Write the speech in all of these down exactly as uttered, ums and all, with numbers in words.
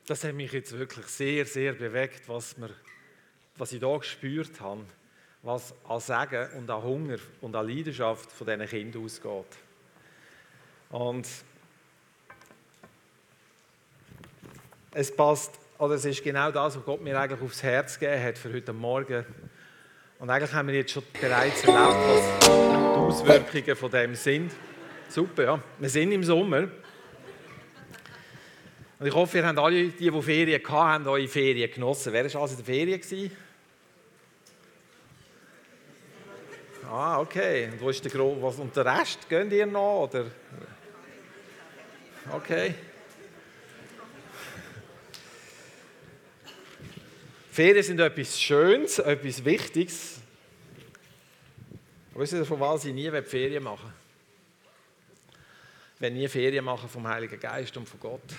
Das hat mich jetzt wirklich sehr, sehr bewegt, was, wir, was ich hier gespürt habe, was an Segen und an Hunger und an Leidenschaft von diesen Kindern ausgeht. Und es passt, oder es ist genau das, was Gott mir eigentlich aufs Herz gegeben hat für heute Morgen. Und eigentlich haben wir jetzt schon bereits erlebt, was die Auswirkungen von dem sind. Super, ja. Wir sind im Sommer. Und ich hoffe, ihr habt alle, die, die Ferien hatten, eure Ferien genossen. Wer war also in der Ferien gewesen? Ah, okay. Und wo ist der Gro- was und der Rest? Gehen ihr noch? Oder? Okay. Ferien sind etwas Schönes, etwas Wichtiges. Aber wisst ihr, von was ich nie Ferien machen will? Ich will nie Ferien machen vom Heiligen Geist und von Gott.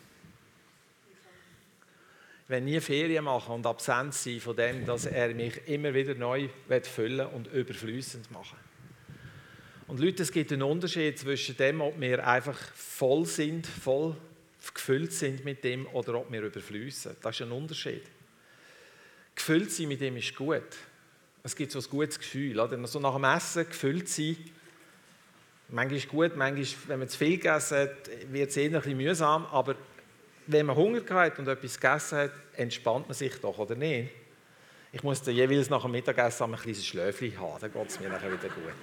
Ich will nie Ferien machen und absent sein von dem, dass er mich immer wieder neu füllen und überfließend machen. Und Leute, es gibt einen Unterschied zwischen dem, ob wir einfach voll sind, voll gefüllt sind mit dem oder ob wir überfließen. Das ist ein Unterschied. Gefüllt sein mit dem ist gut. Es gibt so ein gutes Gefühl. Oder? So nach dem Essen gefüllt sein. Manchmal ist es gut, manchmal, wenn man zu viel gegessen hat, wird es eher ein bisschen mühsam. Aber wenn man Hunger hat und etwas gegessen hat, entspannt man sich doch, oder nicht? Ich muss dann jeweils nach dem Mittagessen ein kleines Schläfchen haben, dann geht es mir nachher wieder gut.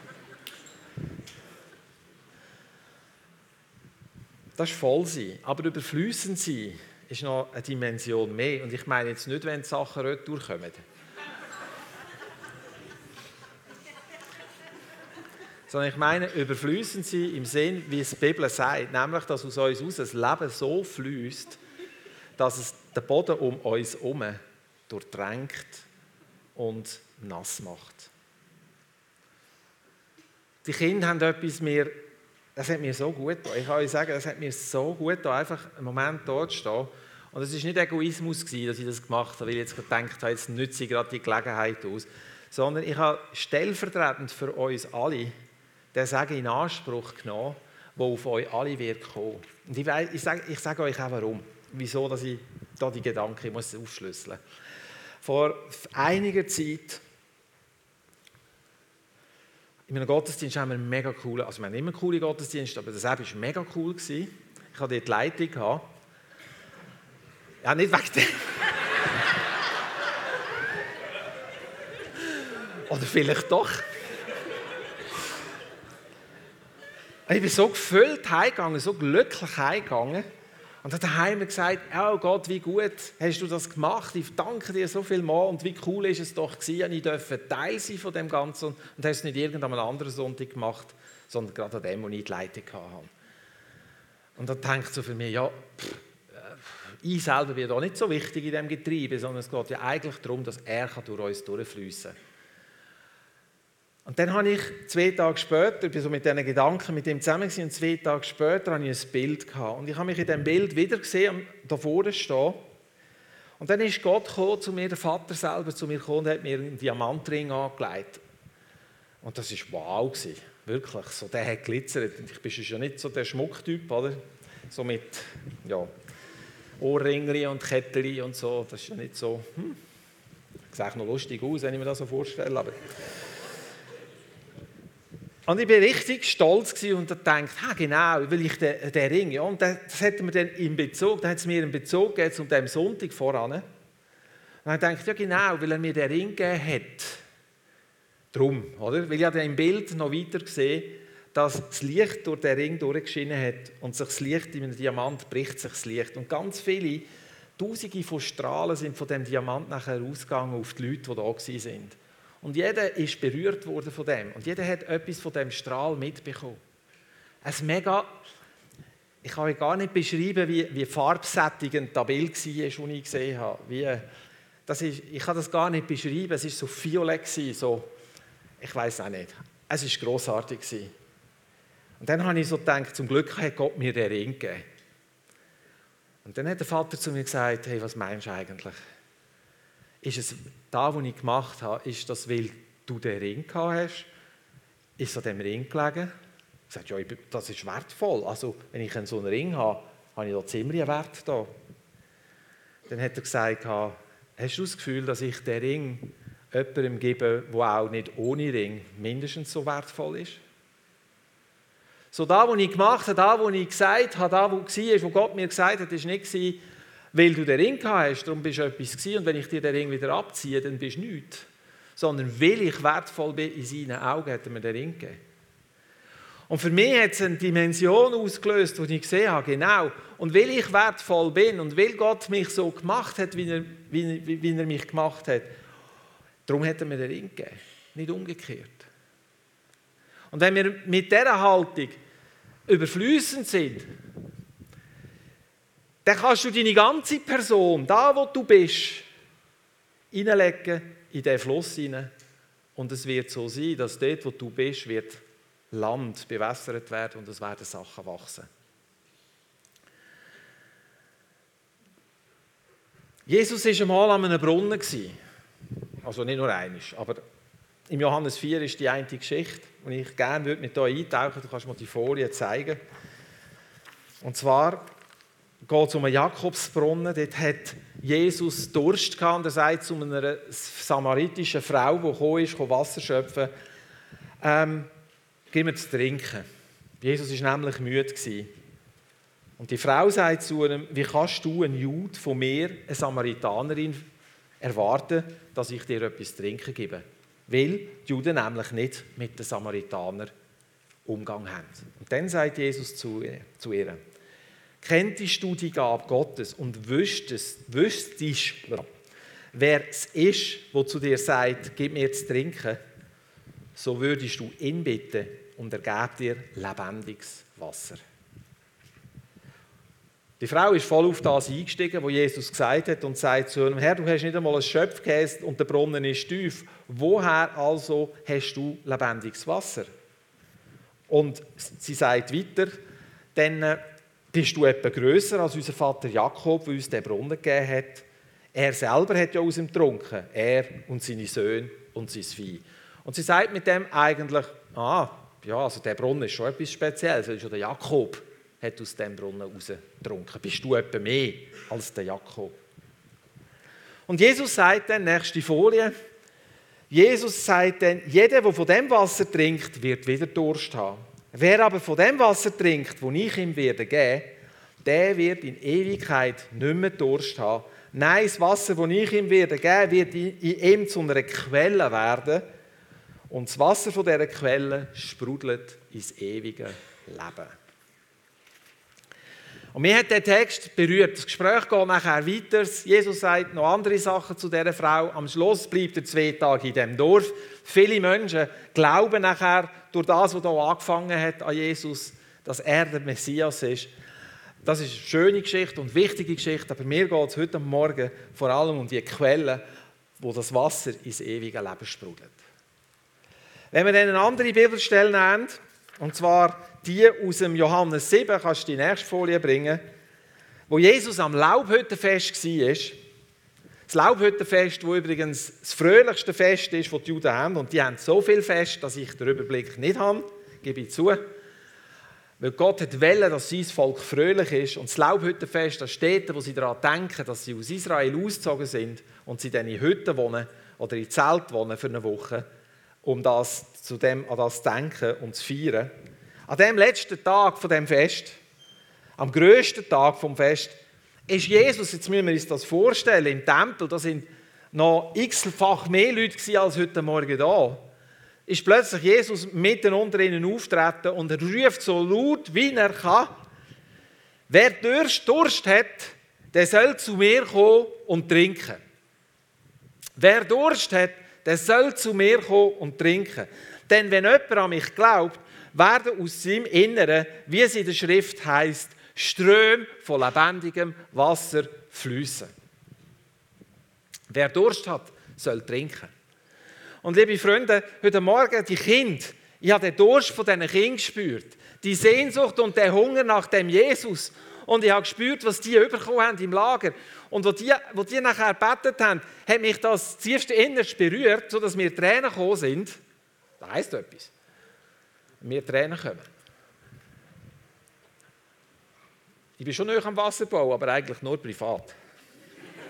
Das ist voll sein. Aber überfließend sein ist noch eine Dimension mehr. Und ich meine jetzt nicht, wenn die Sachen retour kommen. Sondern ich meine, überfließend sein im Sinn, wie es die Bibel sagt, nämlich, dass aus uns heraus das Leben so fließt, dass es den Boden um uns herum durchdrängt und nass macht. Die Kinder haben etwas mir, das hat mir so gut getan. Ich kann euch sagen, das hat mir so gut getan, einfach einen Moment dort zu stehen. Und es war nicht Egoismus, dass ich das gemacht habe, weil ich jetzt gedacht habe, jetzt nütze ich gerade die Gelegenheit aus. Sondern ich habe stellvertretend für uns alle den Segen in Anspruch genommen, der auf euch alle wird kommen. Und ich, weiss, ich, sage, ich sage euch auch warum. Wieso, dass ich da die Gedanken ich muss aufschlüsseln. Vor einiger Zeit in einem Gottesdienst haben wir einen mega coolen, also wir haben immer coole Gottesdienste, aber das war mega cool. Ich hatte dort die Leitung. Gehabt. Ja, nicht wegen dem. Oder vielleicht doch. Ich bin so gefüllt heimgegangen, so glücklich heimgegangen. Und dann haben wir gesagt, oh Gott, wie gut hast du das gemacht. Ich danke dir so viel mal und wie cool ist es doch gewesen, ich durfte Teil sein von dem Ganzen. Und hast es nicht irgendwann am anderen Sonntag gemacht, sondern gerade an dem, wo ich die Leitung hatte. Und dann denkt so für mich, ja, pff, ich selber bin auch nicht so wichtig in diesem Getriebe, sondern es geht ja eigentlich darum, dass er durch uns durchfliessen kann. Und dann habe ich zwei Tage später, ich bin so mit diesen Gedanken mit ihm zusammen gewesen, und zwei Tage später habe ich ein Bild gehabt. Und ich habe mich in diesem Bild wieder gesehen, da vorne stehen. Und dann ist Gott gekommen, zu mir, der Vater selber zu mir gekommen und hat mir einen Diamantring angelegt. Und das war wow gewesen, wirklich. So, der hat glitzert. Und ich bin ja nicht so der Schmucktyp, oder? So mit, ja, Ohrringli und Kettchen und so. Das ist ja nicht so, hm. Das sieht noch lustig aus, wenn ich mir das so vorstelle, aber... Und ich war richtig stolz und dachte, ha, genau, weil ich den, den Ring, ja, und das hat mir dann in Bezug, da hat es mir einen Bezug gegeben zu dem Sonntag voran. Und dann dachte ich, ja genau, weil er mir den Ring gegeben hat. Drum, oder? Weil ich habe im Bild noch weiter gesehen, dass das Licht durch den Ring durchgeschienen hat und sich das Licht in einem Diamant bricht sich das Licht. Und ganz viele, Tausende von Strahlen sind von dem Diamant nachher ausgegangen auf die Leute, die da waren. Und jeder ist berührt worden von dem. Und jeder hat etwas von dem Strahl mitbekommen. Es mega, ich kann euch gar nicht beschreiben, wie, wie farbsättigend das Bild war, das ich gesehen habe. Wie, das ist, ich kann das gar nicht beschreiben. Es war so violett, so, ich weiß auch nicht. Es war grossartig. Und dann habe ich so gedacht, zum Glück hat Gott mir den Ring gegeben. Und dann hat der Vater zu mir gesagt, hey, was meinst du eigentlich? Ist es das, was ich gemacht habe, ist das, weil du den Ring gehabt hast? Ist es an diesem Ring gelegen? Ich sagte, ja, das ist wertvoll. Also, wenn ich so einen Ring habe, habe ich da ziemlich einen Wert da. dann hat er gesagt, hast du das Gefühl, dass ich den Ring jemandem gebe, der auch nicht ohne Ring mindestens so wertvoll ist? So das, was ich gemacht habe, das, was ich gesagt habe, das, was war, was Gott mir gesagt hat, war nicht, weil du den Ring gehabt hast, darum bist du etwas gewesen, und wenn ich dir den Ring wieder abziehe, dann bist du nichts. Sondern weil ich wertvoll bin in seinen Augen, hat er mir den Ring gegeben. Und für mich hat es eine Dimension ausgelöst, die ich gesehen habe, genau. Und weil ich wertvoll bin und weil Gott mich so gemacht hat, wie er, wie, wie er mich gemacht hat, darum hat er mir den Ring gegeben, nicht umgekehrt. Und wenn wir mit dieser Haltung überfließend sind, dann kannst du deine ganze Person, da wo du bist, hineinlegen in diesen Fluss hinein. Und es wird so sein, dass dort, wo du bist, wird Land bewässert werden und es werden Sachen wachsen. Jesus war einmal an einem Brunnen. Also nicht nur einmal, aber im Johannes vier ist die eine Geschichte, die ich gerne mit hier eintauchen würde. Du kannst mir die Folie zeigen. Und zwar geht es um einen Jakobsbrunnen. Dort hat Jesus Durst gehabt und er sagt zu einer samaritischen Frau, die gekommen ist, Wasser schöpfen, ähm, gib mir zu trinken. Jesus war nämlich müde. Und die Frau sagt zu ihm, wie kannst du, ein Jude, von mir, eine Samaritanerin, erwarten, dass ich dir etwas zu trinken gebe? Weil die Juden nämlich nicht mit den Samaritanern Umgang haben. Und dann sagt Jesus zu ihr, zu ihr kenntest du die Gabe Gottes und wüsstest, wüsstest wer es ist, der zu dir sagt, gib mir zu trinken, so würdest du ihn bitten und er gibt dir lebendiges Wasser. Die Frau ist voll auf das eingestiegen, was Jesus gesagt hat und sagt zu ihm, Herr, du hast nicht einmal ein Schöpfgefäß und der Brunnen ist tief. Woher also hast du lebendiges Wasser? Und sie sagt weiter, dann bist du etwa grösser als unser Vater Jakob, der uns den Brunnen gegeben hat. Er selber hat ja aus ihm getrunken, er und seine Söhne und sein Vieh. Und sie sagt mit dem eigentlich, ah, ja, also der Brunnen ist schon etwas Spezielles, weil schon der Jakob hat aus dem Brunnen raus getrunken. Bist du etwa mehr als der Jakob? Und Jesus sagt dann, nächste Folie, Jesus sagt dann, jeder, der von dem Wasser trinkt, wird wieder Durst haben. Wer aber von dem Wasser trinkt, das ich ihm werde geben, der wird in Ewigkeit nicht mehr Durst haben. Nein, das Wasser, das ich ihm werde geben, wird in ihm zu einer Quelle werden. Und das Wasser von dieser Quelle sprudelt ins ewige Leben. Und mir hat der Text berührt. Das Gespräch geht nachher weiter. Jesus sagt noch andere Sachen zu dieser Frau. Am Schluss bleibt er zwei Tage in diesem Dorf. Viele Menschen glauben nachher durch das, was hier angefangen hat an Jesus, dass er der Messias ist. Das ist eine schöne Geschichte und wichtige Geschichte. Aber mir geht es heute Morgen vor allem um die Quelle, wo das Wasser ins ewige Leben sprudelt. Wenn wir dann eine andere Bibelstelle nehmen, und zwar die aus dem Johannes sieben, kannst du die nächste Folie bringen, wo Jesus am Laubhüttenfest war. Das Laubhüttenfest, das übrigens das fröhlichste Fest ist, das die Juden haben. Und die haben so viel Fest, dass ich den Überblick nicht habe, gebe ich zu. Weil Gott wollte, dass sein Volk fröhlich ist. Und das Laubhüttenfest, das steht, wo sie daran denken, dass sie aus Israel ausgezogen sind und sie dann in Hütten wohnen oder in Zelt wohnen für eine Woche, um das, zu dem, an das zu denken und zu feiern. An dem letzten Tag von dem Fest, am grössten Tag vom Fest, ist Jesus, jetzt müssen wir uns das vorstellen, im Tempel, da sind noch x-fach mehr Leute als heute Morgen da, ist plötzlich Jesus mitten unter ihnen auftreten und er ruft so laut, wie er kann, wer Durst, Durst hat, der soll zu mir kommen und trinken. Wer Durst hat, der soll zu mir kommen und trinken. Denn wenn jemand an mich glaubt, werden aus seinem Inneren, wie es in der Schrift heisst, Ströme von lebendigem Wasser fließen. Wer Durst hat, soll trinken. Und liebe Freunde, heute Morgen die Kinder, ich habe den Durst von diesen Kindern gespürt. Die Sehnsucht und den Hunger nach dem Jesus. Und ich habe gespürt, was die bekommen haben im Lager. Und wo die, wo die nachher gebetet haben, hat mich das tiefste Innerst berührt, sodass mir Tränen gekommen sind. Das heisst etwas. Mir Tränen kommen. Ich bin schon nahe am Wasserbau, aber eigentlich nur privat.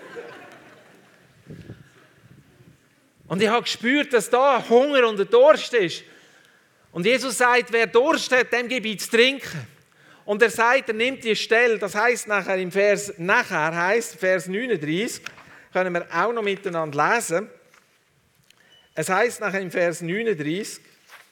Und ich habe gespürt, dass da Hunger und ein Durst ist. Und Jesus sagt, wer Durst hat, dem gebe ich zu trinken. Und er sagt, er nimmt die Stelle, das heisst nachher im Vers, nachher heisst Vers neununddreißig, können wir auch noch miteinander lesen. Es heisst nachher im Vers neununddreißig,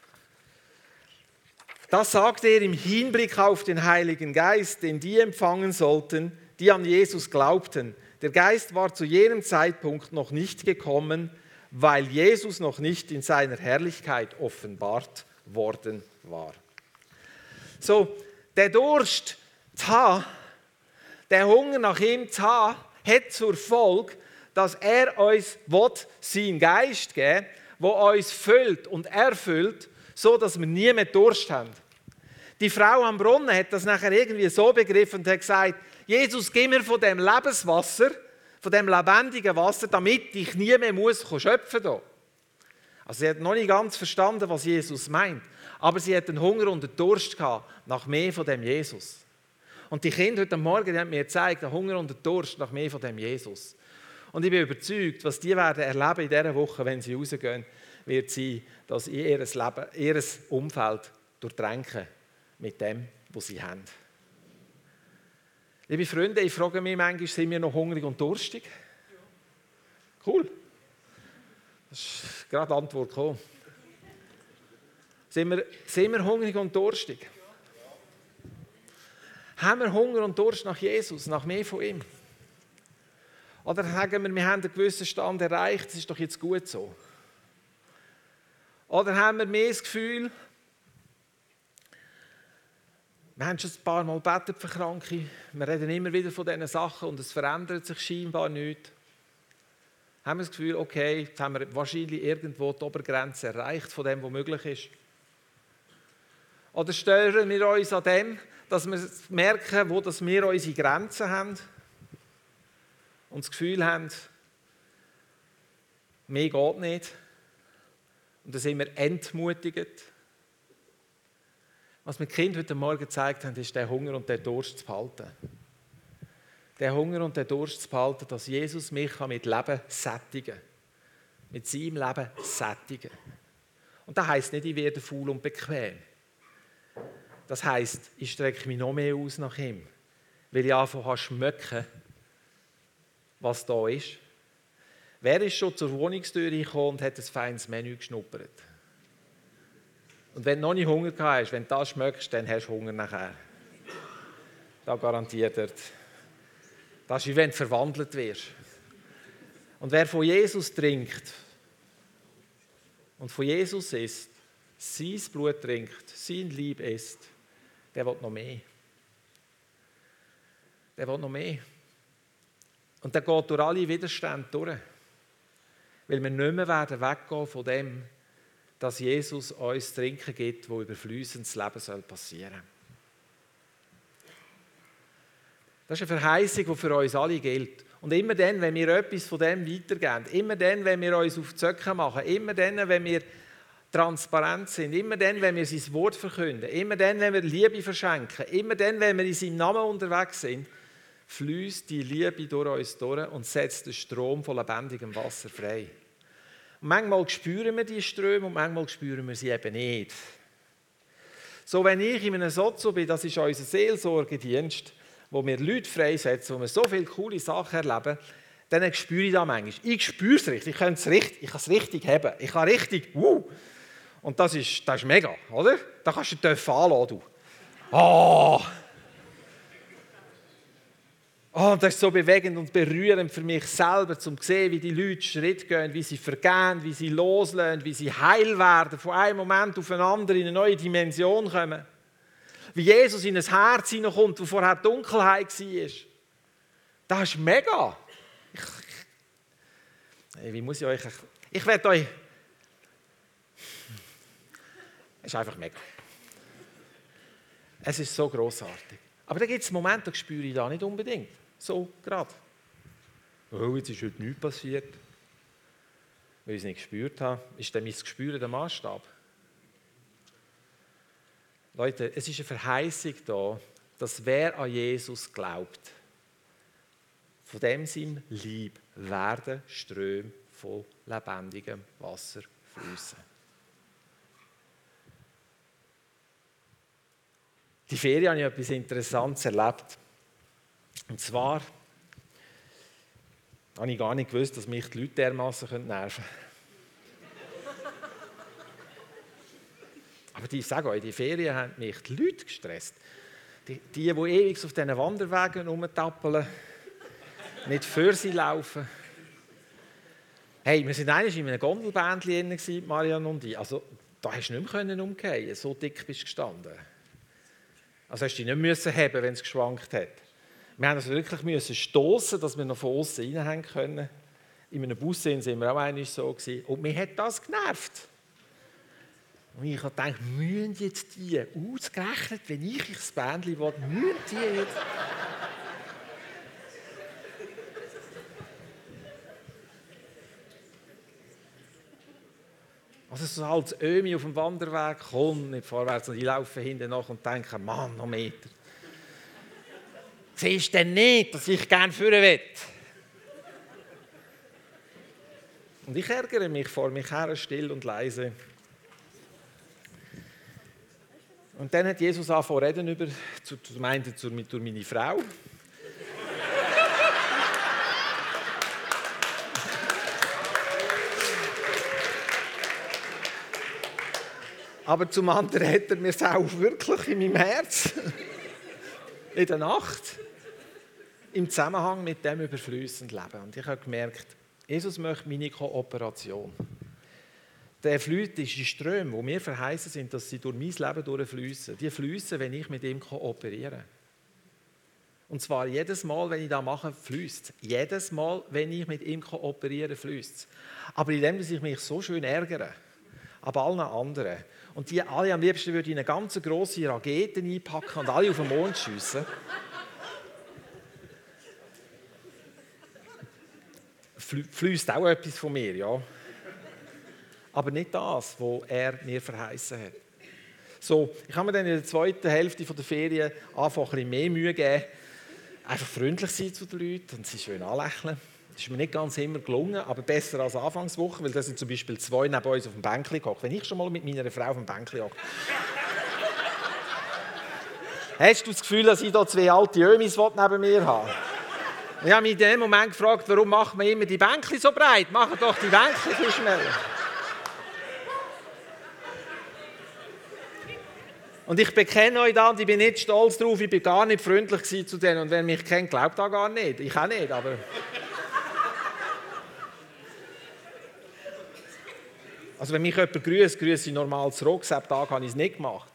das sagt er im Hinblick auf den Heiligen Geist, den die empfangen sollten, die an Jesus glaubten. Der Geist war zu jenem Zeitpunkt noch nicht gekommen, weil Jesus noch nicht in seiner Herrlichkeit offenbart worden war. So, der Durst zu haben, der Hunger nach ihm zu haben, hat zur Folge, dass er uns seinen Geist geben will, der uns füllt und erfüllt, so dass wir nie mehr Durst haben. Die Frau am Brunnen hat das nachher irgendwie so begriffen und hat gesagt, Jesus, gib mir von dem Lebenswasser, von dem lebendigen Wasser, damit ich nie mehr muss schöpfen muss. Also sie hat noch nicht ganz verstanden, was Jesus meint. Aber sie hat einen Hunger und einen Durst gehabt nach mehr von dem Jesus. Und die Kinder heute Morgen die haben mir gezeigt, einen Hunger und einen Durst nach mehr von dem Jesus. Und ich bin überzeugt, was die werden erleben in dieser Woche, wenn sie rausgehen, wird sein, dass sie ihr Leben, ihr Umfeld durchdrängen mit dem, was sie haben. Liebe Freunde, ich frage mich manchmal, sind wir noch hungrig und durstig? Cool. Das ist gerade die Antwort gekommen. Sind wir, sind wir hungrig und durstig? Haben wir Hunger und Durst nach Jesus, nach mehr von ihm? Oder sagen wir, wir haben einen gewissen Stand erreicht, es ist doch jetzt gut so? Oder haben wir mehr das Gefühl, wir haben schon ein paar Mal gebetet für Kranke, wir reden immer wieder von diesen Sachen und es verändert sich scheinbar nichts. Haben wir das Gefühl, okay, jetzt haben wir wahrscheinlich irgendwo die Obergrenze erreicht von dem, was möglich ist? Oder stören wir uns an dem, dass wir merken, wo dass wir unsere Grenzen haben und das Gefühl haben, mehr geht nicht. Und dann sind wir entmutigt. Was mir die Kinder heute Morgen gezeigt haben, ist, den Hunger und den Durst zu behalten. Den Hunger und den Durst zu behalten, dass Jesus mich mit Leben sättigen kann. Mit seinem Leben sättigen. Und das heisst nicht, ich werde faul und bequem. Das heisst, ich strecke mich noch mehr aus nach ihm. Weil ich anfange zu schmecken, was da ist. Wer ist schon zur Wohnungstür gekommen und hat ein feines Menü geschnuppert? Und wenn du noch nicht Hunger gehabt hast, wenn du das schmeckst, dann hast du Hunger nachher. Da garantiert er. Das ist wie wenn du verwandelt wirst. Und wer von Jesus trinkt und von Jesus isst, sein Blut trinkt, sein Leib isst, der will noch mehr. Der will noch mehr. Und der geht durch alle Widerstände durch. Weil wir nicht mehr werden weggehen von dem, dass Jesus uns Trinken gibt, wo überfließendes Leben passieren soll. Das ist eine Verheißung, die für uns alle gilt. Und immer dann, wenn wir etwas von dem weitergeben, immer dann, wenn wir uns auf die Zöcke machen, immer dann, wenn wir transparent sind, immer dann, wenn wir sein Wort verkünden, immer dann, wenn wir Liebe verschenken, immer dann, wenn wir in seinem Namen unterwegs sind, fließt die Liebe durch uns durch und setzt den Strom von lebendigem Wasser frei. Und manchmal spüren wir diese Ströme und manchmal spüren wir sie eben nicht. So, wenn ich in einem Sozo bin, das ist unser Seelsorgedienst, wo wir Leute freisetzen, wo wir so viele coole Sachen erleben, dann spüre ich das manchmal. Ich spüre es richtig, ich kann es richtig, ich kann es richtig haben. Ich kann richtig, uh. Und das ist, das ist mega, oder? Da kannst du dir anlassen, du. Oh. Oh, das ist so bewegend und berührend für mich selber, um zu sehen, wie die Leute Schritt gehen, wie sie vergehen, wie sie loslassen, wie sie heil werden, von einem Moment auf einen anderen in eine neue Dimension kommen. Wie Jesus in ein Herz hineinkommt, wo vorher Dunkelheit war. Das ist mega. Ich, ich, wie muss ich euch... Ich werde euch... Es ist einfach mega. Es ist so grossartig. Aber da gibt es Momente, da spüre ich das nicht unbedingt. So gerade. Oh, jetzt ist heute nichts passiert. Weil ich es nicht gespürt habe. Ist dann mein Gespür der Maßstab? Leute, es ist eine Verheißung da, dass wer an Jesus glaubt, von dem seinem Leib werden Ströme von lebendigem Wasser fließen. Die Ferien habe ich etwas Interessantes erlebt. Und zwar habe ich gar nicht gewusst, dass mich die Leute dermassen nerven können. Aber ich sage euch, die Ferien haben mich die Leute gestresst. Die, die, die ewig auf diesen Wanderwegen rumtappeln, nicht für sie laufen. Hey, wir waren einmal in einem Gondelbändchen, Marianne und ich. Also, da hast du nicht mehr umgehen, so dick bist du gestanden. Also hast du dich nicht müssen haben, wenn es geschwankt hat. Wir mussten also wirklich müssen stossen, dass wir noch von außen rein können. In einem Bus waren wir auch einmal so gewesen. Und mir hat das genervt. Und ich habe gedacht, müssen jetzt die ausgerechnet, wenn ich das Bändchen will, müssen die jetzt... Also so als Ömi auf dem Wanderweg, komm nicht vorwärts. Und ich laufe hinten nach und denke, Mann, noch Meter. Siehst du denn nicht, dass ich gerne führen will? Und ich ärgere mich vor mich her, still und leise. Und dann hat Jesus angefangen zu reden über, zu, zu, meinte, zu, mit, durch meine Frau. Aber zum anderen hat er mir es auch wirklich in meinem Herz, in der Nacht, im Zusammenhang mit dem überfließend Leben. Und ich habe gemerkt, Jesus möchte meine Kooperation. Der fließt, ist die Ströme, die mir verheißen sind, dass sie durch mein Leben durchfließen. Die fließen, wenn ich mit ihm kooperiere. Und zwar jedes Mal, wenn ich das mache, fließt es. Jedes Mal, wenn ich mit ihm kooperiere, fließt es. Aber indem ich mich so schön ärgere, ab allen anderen, und die alle am liebsten würde ich in eine ganz grosse Rakete einpacken und alle auf den Mond schiessen, fließt auch etwas von mir, ja. Aber nicht das, was er mir verheißen hat. So, ich habe mir dann in der zweiten Hälfte der Ferien anfangen, ein bisschen mehr Mühe gegeben, einfach freundlich sein zu den Leuten und sie schön anlächeln. Das ist mir nicht ganz immer gelungen, aber besser als Anfangswoche, weil da sind zum Beispiel zwei neben uns auf dem Bänkchen gehockt. Wenn ich schon mal mit meiner Frau auf dem Bänkchen hocke. Hast du das Gefühl, dass ich da zwei alte Ömis neben mir habe? Ich habe mich in dem Moment gefragt, warum macht man immer die Bänkchen so breit? Machen doch die Bänkchen viel schneller. Und ich bekenne euch da, und ich bin nicht stolz darauf, ich bin gar nicht freundlich zu denen. Und wer mich kennt, glaubt da gar nicht. Ich auch nicht, aber... Also wenn mich jemand grüßt, grüße ich normal zurück. Ab Tag habe ich es nicht gemacht.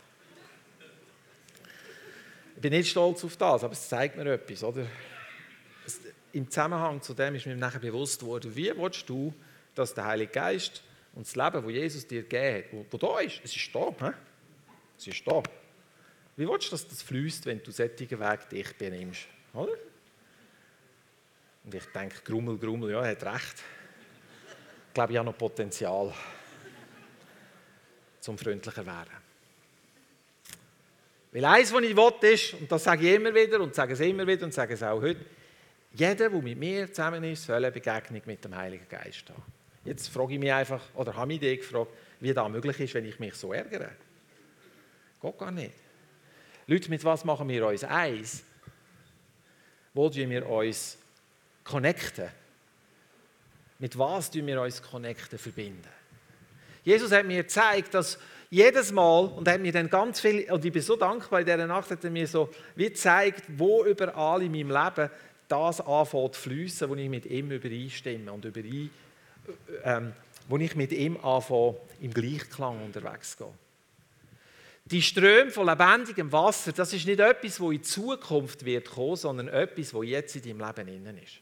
Ich bin nicht stolz auf das, aber es zeigt mir etwas, oder? Im Zusammenhang zu dem ist mir nachher bewusst worden, wie willst du, dass der Heilige Geist und das Leben, das Jesus dir gegeben hat, wo, wo da ist, es ist da, he? Es ist da. Wie willst du, dass das fließt, wenn du solchen Weg dich benimmst? Oder? Und ich denke, Grummel, Grummel, ja, er hat recht. Ich glaube, ich habe noch Potenzial, zum freundlicher werden. Weil eins, was ich will, ist, und das sage ich immer wieder und sage es immer wieder und sage es auch heute, jeder, der mit mir zusammen ist, soll eine Begegnung mit dem Heiligen Geist haben. Jetzt frage ich mich einfach, oder habe mich die gefragt, wie das möglich ist, wenn ich mich so ärgere. Geht gar nicht. Leute, mit was machen wir uns eins? Wo tun wir uns connecten? Mit was tun wir uns connecten, verbinden? Jesus hat mir gezeigt, dass jedes Mal, und er hat mir dann ganz viel, und ich bin so dankbar, in dieser Nacht hat er mir so wie gezeigt, wo überall in meinem Leben das anfängt zu fliessen, wo ich mit ihm übereinstimme und überein, ähm, wo ich mit ihm anfange, im Gleichklang unterwegs zu gehen. Die Ströme von lebendigem Wasser, das ist nicht etwas, das in Zukunft wird kommen, sondern etwas, das jetzt in deinem Leben innen ist.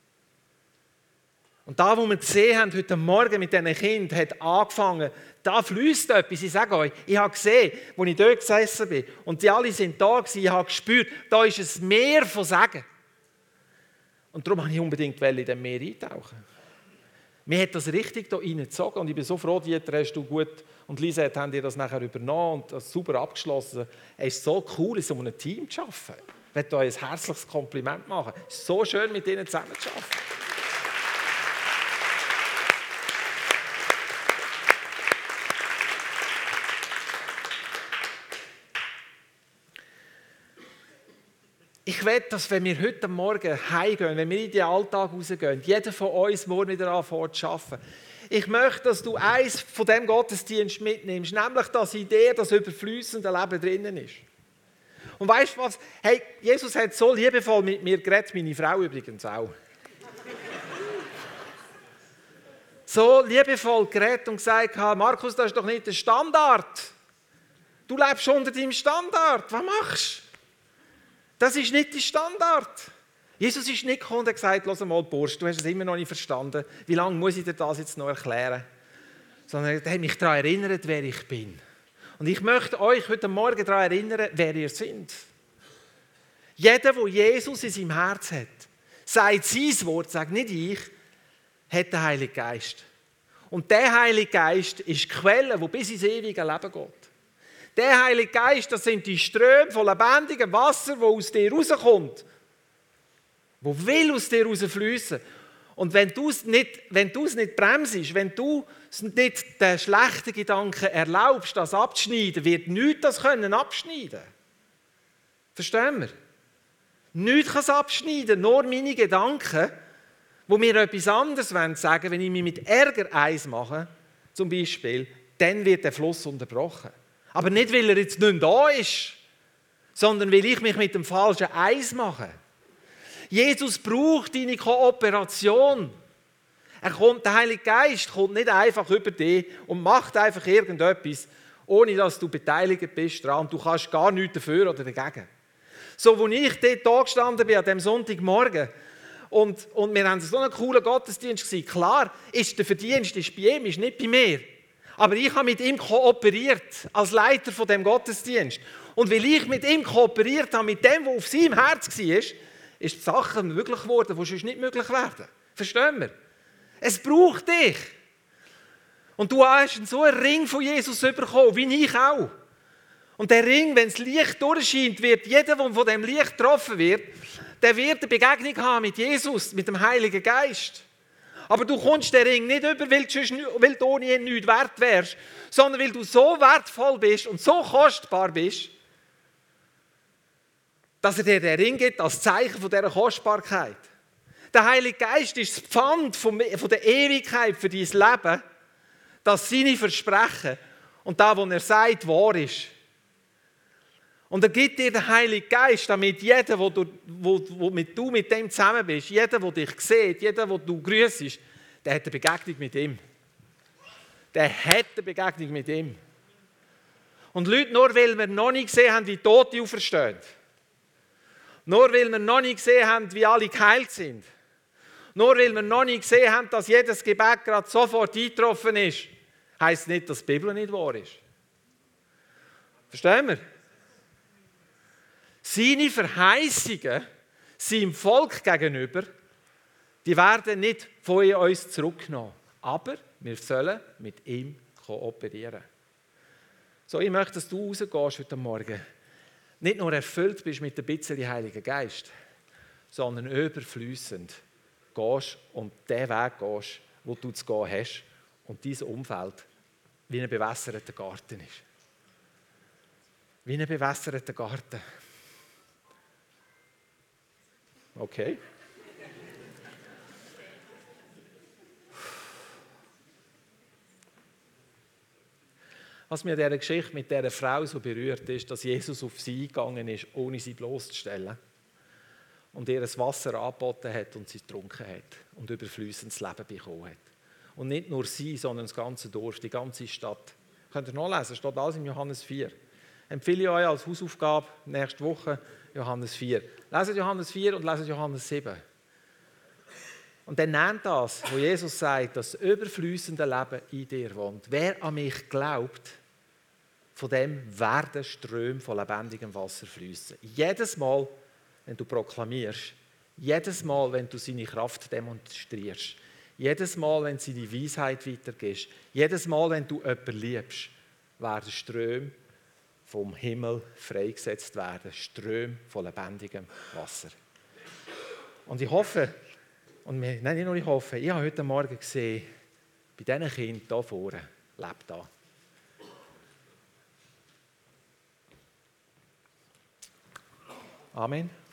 Und da, wo wir gesehen haben, heute Morgen mit diesen Kindern, hat angefangen, da fließt etwas. Ich sage euch, ich habe gesehen, als ich dort gesessen bin, und die alle sind da gewesen, ich habe gespürt, da ist ein Meer von Segen. Und darum wollte ich unbedingt in diesem Meer eintauchen. Mir hat das richtig hier reingezogen und ich bin so froh, Dieter, hast du gut und Lisa haben dir das nachher übernommen und das super abgeschlossen. Es ist so cool, in so einem Team zu arbeiten. Ich möchte euch ein herzliches Kompliment machen. Es ist so schön, mit ihnen zusammen zu arbeiten. Ich will, dass wenn wir heute Morgen heimgehen, wenn wir in den Alltag rausgehen, jeder von uns morgen wieder anfängt zu arbeiten. Ich möchte, dass du eins von diesem Gottesdienst mitnimmst, nämlich, dass in dir das überfließende Leben drinnen ist. Und weißt du was? Hey, Jesus hat so liebevoll mit mir geredet, meine Frau übrigens auch. So liebevoll geredet und gesagt, Markus, das ist doch nicht der Standard. Du lebst unter deinem Standard. Was machst du? Das ist nicht der Standard. Jesus ist nicht gekommen und hat gesagt, hör mal, Bursch, du hast es immer noch nicht verstanden. Wie lange muss ich dir das jetzt noch erklären? Sondern er hat mich daran erinnert, wer ich bin. Und ich möchte euch heute Morgen daran erinnern, wer ihr seid. Jeder, der Jesus in seinem Herz hat, sagt sein Wort, sagt nicht ich, hat den Heiligen Geist. Und der Heilige Geist ist die Quelle, die bis ins ewige Leben geht. Der Heilige Geist, das sind die Ströme von lebendigem Wasser, die aus dir rauskommt. Wo will aus dir rausfließen. Und wenn du es nicht, wenn du es nicht bremsest, wenn du es nicht den schlechten Gedanken erlaubst, das abzuschneiden, wird nichts das können abschneiden. Verstehen wir? Nichts kann es abschneiden, nur meine Gedanken, wo mir etwas anderes sagen wollen, wenn ich mich mit Ärger eins mache, zum Beispiel, dann wird der Fluss unterbrochen. Aber nicht, weil er jetzt nicht da ist, sondern weil ich mich mit dem falschen Eis mache. Jesus braucht deine Kooperation. Er kommt, der Heilige Geist kommt nicht einfach über dich und macht einfach irgendetwas, ohne dass du beteiligt bist daran und du kannst gar nichts dafür oder dagegen. So, als ich dort da gestanden bin, an diesem Sonntagmorgen, und, und wir haben so einen coolen Gottesdienst gesehen, klar, ist der Verdienst ist bei ihm, ist nicht bei mir. Aber ich habe mit ihm kooperiert, als Leiter von dem Gottesdienst. Und weil ich mit ihm kooperiert habe, mit dem, was auf seinem Herz war, ist die Sachen möglich geworden, die sonst nicht möglich werden. Verstehen wir? Es braucht dich. Und du hast so einen Ring von Jesus bekommen, wie ich auch. Und der Ring, wenn das Licht durchscheint, wird jeder, der von dem Licht getroffen wird, der wird eine Begegnung haben mit Jesus, mit dem Heiligen Geist. Aber du kommst den Ring nicht über, weil du, weil du ohne ihn nichts wert wärst, sondern weil du so wertvoll bist und so kostbar bist, dass er dir den Ring gibt als Zeichen von dieser Kostbarkeit. Der Heilige Geist ist das Pfand von der Ewigkeit für dein Leben, dass seine Versprechen und das, was er sagt, wahr ist. Und er gibt dir den Heiligen Geist, damit jeder, wo du, wo, wo mit, du mit dem zusammen bist, jeder, der dich sieht, jeder, den du grüßt, der hat eine Begegnung mit ihm. Der hat eine Begegnung mit ihm. Und Leute, nur weil wir noch nicht gesehen haben, wie Tote auferstehen, nur weil wir noch nicht gesehen haben, wie alle geheilt sind, nur weil wir noch nicht gesehen haben, dass jedes Gebet gerade sofort eingetroffen ist, heisst nicht, dass die Bibel nicht wahr ist. Verstehen wir? Seine Verheißungen seinem Volk gegenüber, die werden nicht von uns zurückgenommen. Aber wir sollen mit ihm kooperieren. So, ich möchte, dass du rausgehst heute Morgen. Nicht nur erfüllt bist mit ein bisschen Heiligen Geist, sondern überfließend gehst und den Weg gehst, wo du zu gehen hast und dein Umfeld wie ein bewässerter Garten ist. Wie ein bewässerter Garten. Okay. Was mir an dieser Geschichte mit dieser Frau so berührt, ist, dass Jesus auf sie eingegangen ist, ohne sie bloßzustellen. Und ihr das Wasser angeboten hat und sie getrunken hat und überfließendes Leben bekommen hat. Und nicht nur sie, sondern das ganze Dorf, die ganze Stadt. Könnt ihr nachlesen, steht alles in Johannes vier. Empfehle ich euch als Hausaufgabe nächste Woche Johannes vier. Leset Johannes vier und leset Johannes sieben. Und dann nennt das, wo Jesus sagt, dass das überfließende Leben in dir wohnt. Wer an mich glaubt, von dem werden Ströme von lebendigem Wasser fließen. Jedes Mal, wenn du proklamierst, jedes Mal, wenn du seine Kraft demonstrierst, jedes Mal, wenn du seine Weisheit weitergibst, jedes Mal, wenn du jemanden liebst, werden Ströme vom Himmel freigesetzt werden, Ströme von lebendigem Wasser. Und ich hoffe, und wir, nein, nicht nur ich hoffe, ich habe heute Morgen gesehen, bei diesen Kindern hier vorne, lebt da. Amen.